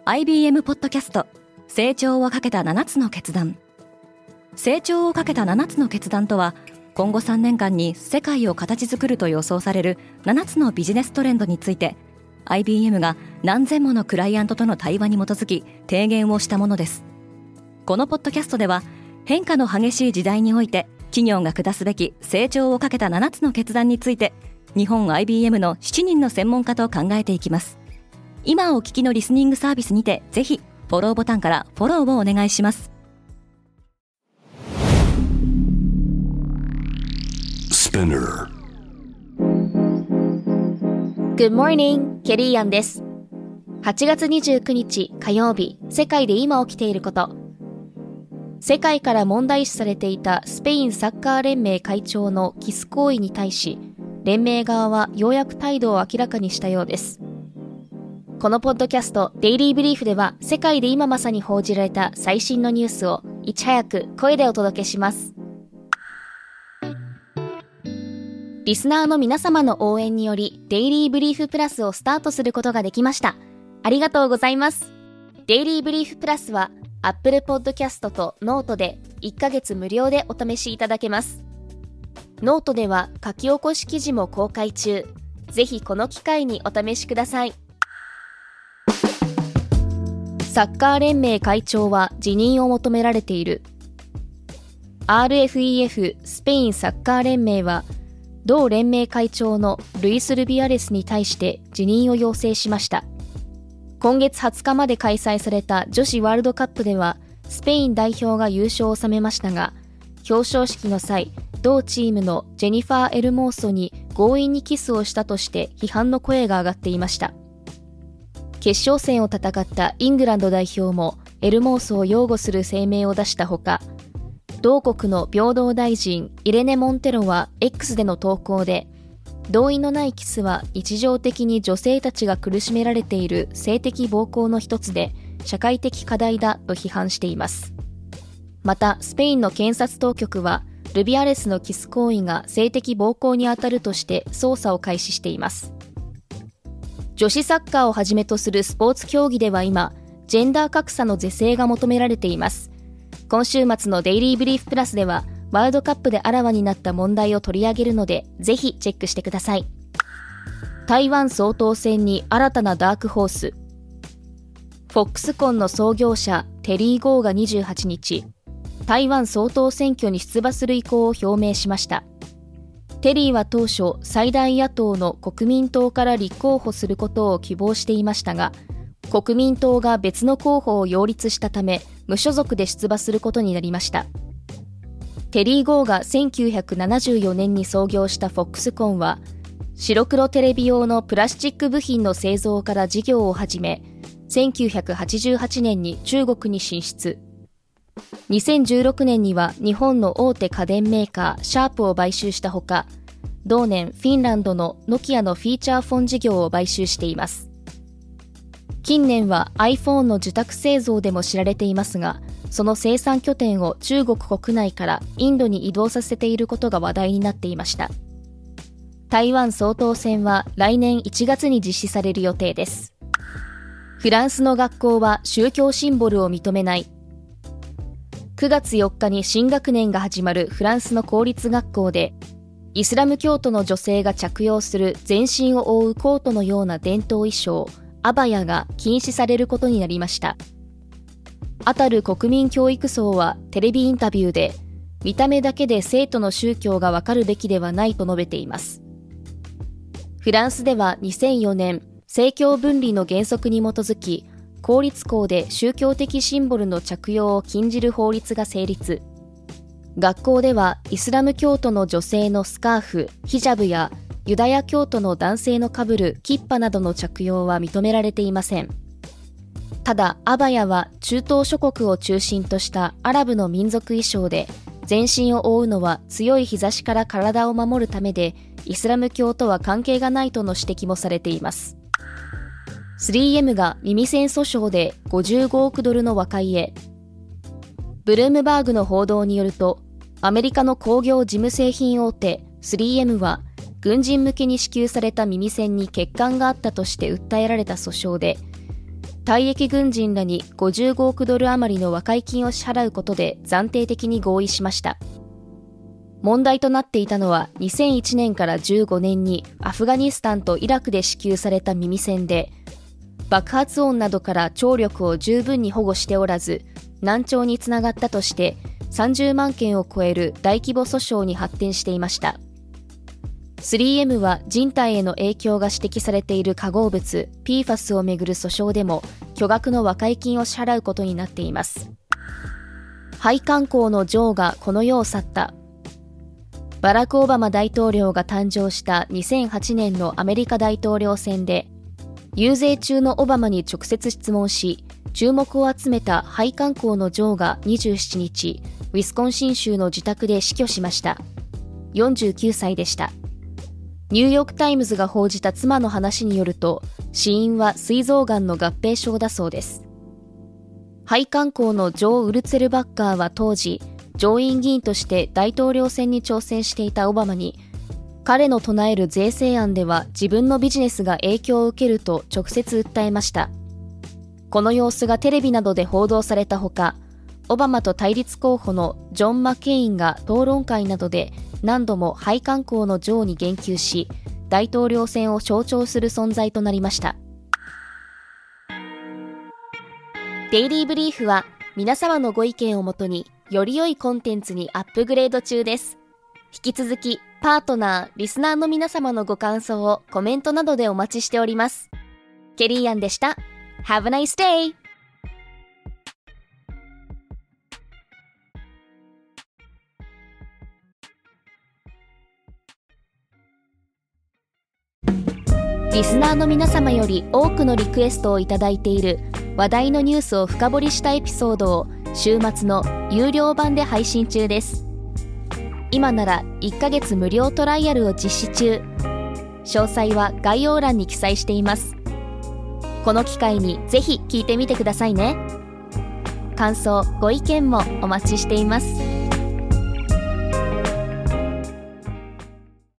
IBM ポッドキャスト成長をかけた7つの決断。成長をかけた7つの決断とは、今後3年間に世界を形作ると予想される7つのビジネストレンドについて IBM が何千ものクライアントとの対話に基づき提言をしたものです。このポッドキャストでは、変化の激しい時代において企業が下すべき成長をかけた7つの決断について、日本 IBM の7人の専門家と考えていきます。今お聞きのリスニングサービスにて、ぜひフォローボタンからフォローをお願いします。 Spinner Good morning! ケリーアンです。8月29日火曜日、世界で今起きていること。世界から問題視されていたスペインサッカー連盟会長のキス行為に対し、連盟側はようやく態度を明らかにしたようです。このポッドキャストデイリーブリーフでは、世界で今まさに報じられた最新のニュースをいち早く声でお届けします。リスナーの皆様の応援により、デイリーブリーフプラスをスタートすることができました。ありがとうございます。デイリーブリーフプラスは Apple Podcast と Note で1ヶ月無料でお試しいただけます。ノートでは書き起こし記事も公開中。ぜひこの機会にお試しください。サッカー連盟会長は辞任を求められている。RFEF スペインサッカー連盟は、同連盟会長のルイス・ルビアレスに対して辞任を要請しました。今月20日まで開催された女子ワールドカップでは、スペイン代表が優勝を収めましたが、表彰式の際、同チームのジェニファー・エルモーソに強引にキスをしたとして批判の声が上がっていました。決勝戦を戦ったイングランド代表もエルモーソを擁護する声明を出したほか、同国の平等大臣イレネ・モンテロは X での投稿で、同意のないキスは日常的に女性たちが苦しめられている性的暴行の一つで、社会的課題だと批判しています。また、スペインの検察当局は、ルビアレスのキス行為が性的暴行にあたるとして捜査を開始しています。女子サッカーをはじめとするスポーツ競技では今、ジェンダー格差の是正が求められています。今週末のデイリーブリーフプラスでは、ワールドカップであらわになった問題を取り上げるので、ぜひチェックしてください。台湾総統選に新たなダークホース。フォックスコンの創業者テリー・ゴーが28日、台湾総統選挙に出馬する意向を表明しました。テリーは当初、最大野党の国民党から立候補することを希望していましたが、国民党が別の候補を擁立したため、無所属で出馬することになりました。テリー・ゴーが1974年に創業したフォックスコンは、白黒テレビ用のプラスチック部品の製造から事業を始め、1988年に中国に進出。2016年には日本の大手家電メーカーシャープを買収したほか、同年フィンランドのノキアのフィーチャーフォン事業を買収しています。近年は iPhone の受託製造でも知られていますが、その生産拠点を中国国内からインドに移動させていることが話題になっていました。台湾総統選は来年1月に実施される予定です。フランスの学校は宗教シンボルを認めない。9月4日に新学年が始まるフランスの公立学校で、イスラム教徒の女性が着用する全身を覆うコートのような伝統衣装、アバヤが禁止されることになりました。アタル国民教育層はテレビインタビューで、見た目だけで生徒の宗教がわかるべきではないと述べています。フランスでは2004年、政教分離の原則に基づき、公立校で宗教的シンボルの着用を禁じる法律が成立。学校ではイスラム教徒の女性のスカーフ、ヒジャブやユダヤ教徒の男性の被るキッパなどの着用は認められていません。ただ、アバヤは中東諸国を中心としたアラブの民族衣装で、全身を覆うのは強い日差しから体を守るためで、イスラム教とは関係がないとの指摘もされています。3M が耳栓訴訟で55億ドルの和解へ。ブルームバーグの報道によると、アメリカの工業事務製品大手 3M は、軍人向けに支給された耳栓に欠陥があったとして訴えられた訴訟で、 退役軍人らに55億ドル余りの和解金を支払うことで暫定的に合意しました。問題となっていたのは2001年から15年にアフガニスタンとイラクで支給された耳栓で、爆発音などから聴力を十分に保護しておらず、難聴につながったとして30万件を超える大規模訴訟に発展していました。3M は人体への影響が指摘されている化合物 PFAS をめぐる訴訟でも巨額の和解金を支払うことになっています。配管工のジョーがこの世を去った。バラク・オバマ大統領が誕生した2008年のアメリカ大統領選で、遊説中のオバマに直接質問し、注目を集めた配管工のジョーが27日、ウィスコンシン州の自宅で死去しました。49歳でした。ニューヨークタイムズが報じた妻の話によると、死因は膵臓がんの合併症だそうです。配管工のジョー・ウルツェルバッカーは当時、上院議員として大統領選に挑戦していたオバマに、彼の唱える税制案では自分のビジネスが影響を受けると直接訴えました。この様子がテレビなどで報道されたほか、オバマと対立候補のジョン・マケインが討論会などで何度も配管工のジョーに言及し、大統領選を象徴する存在となりました。デイリーブリーフは皆様のご意見をもとにより良いコンテンツにアップグレード中です。引き続きパートナー、リスナーの皆様のご感想をコメントなどでお待ちしております。ケリーアンでした。Have a nice day! リスナーの皆様より多くのリクエストをいただいている話題のニュースを深掘りしたエピソードを週末の有料版で配信中です。今なら1ヶ月無料トライアルを実施中。詳細は概要欄に記載しています。この機会にぜひ聞いてみてくださいね。感想、ご意見もお待ちしています。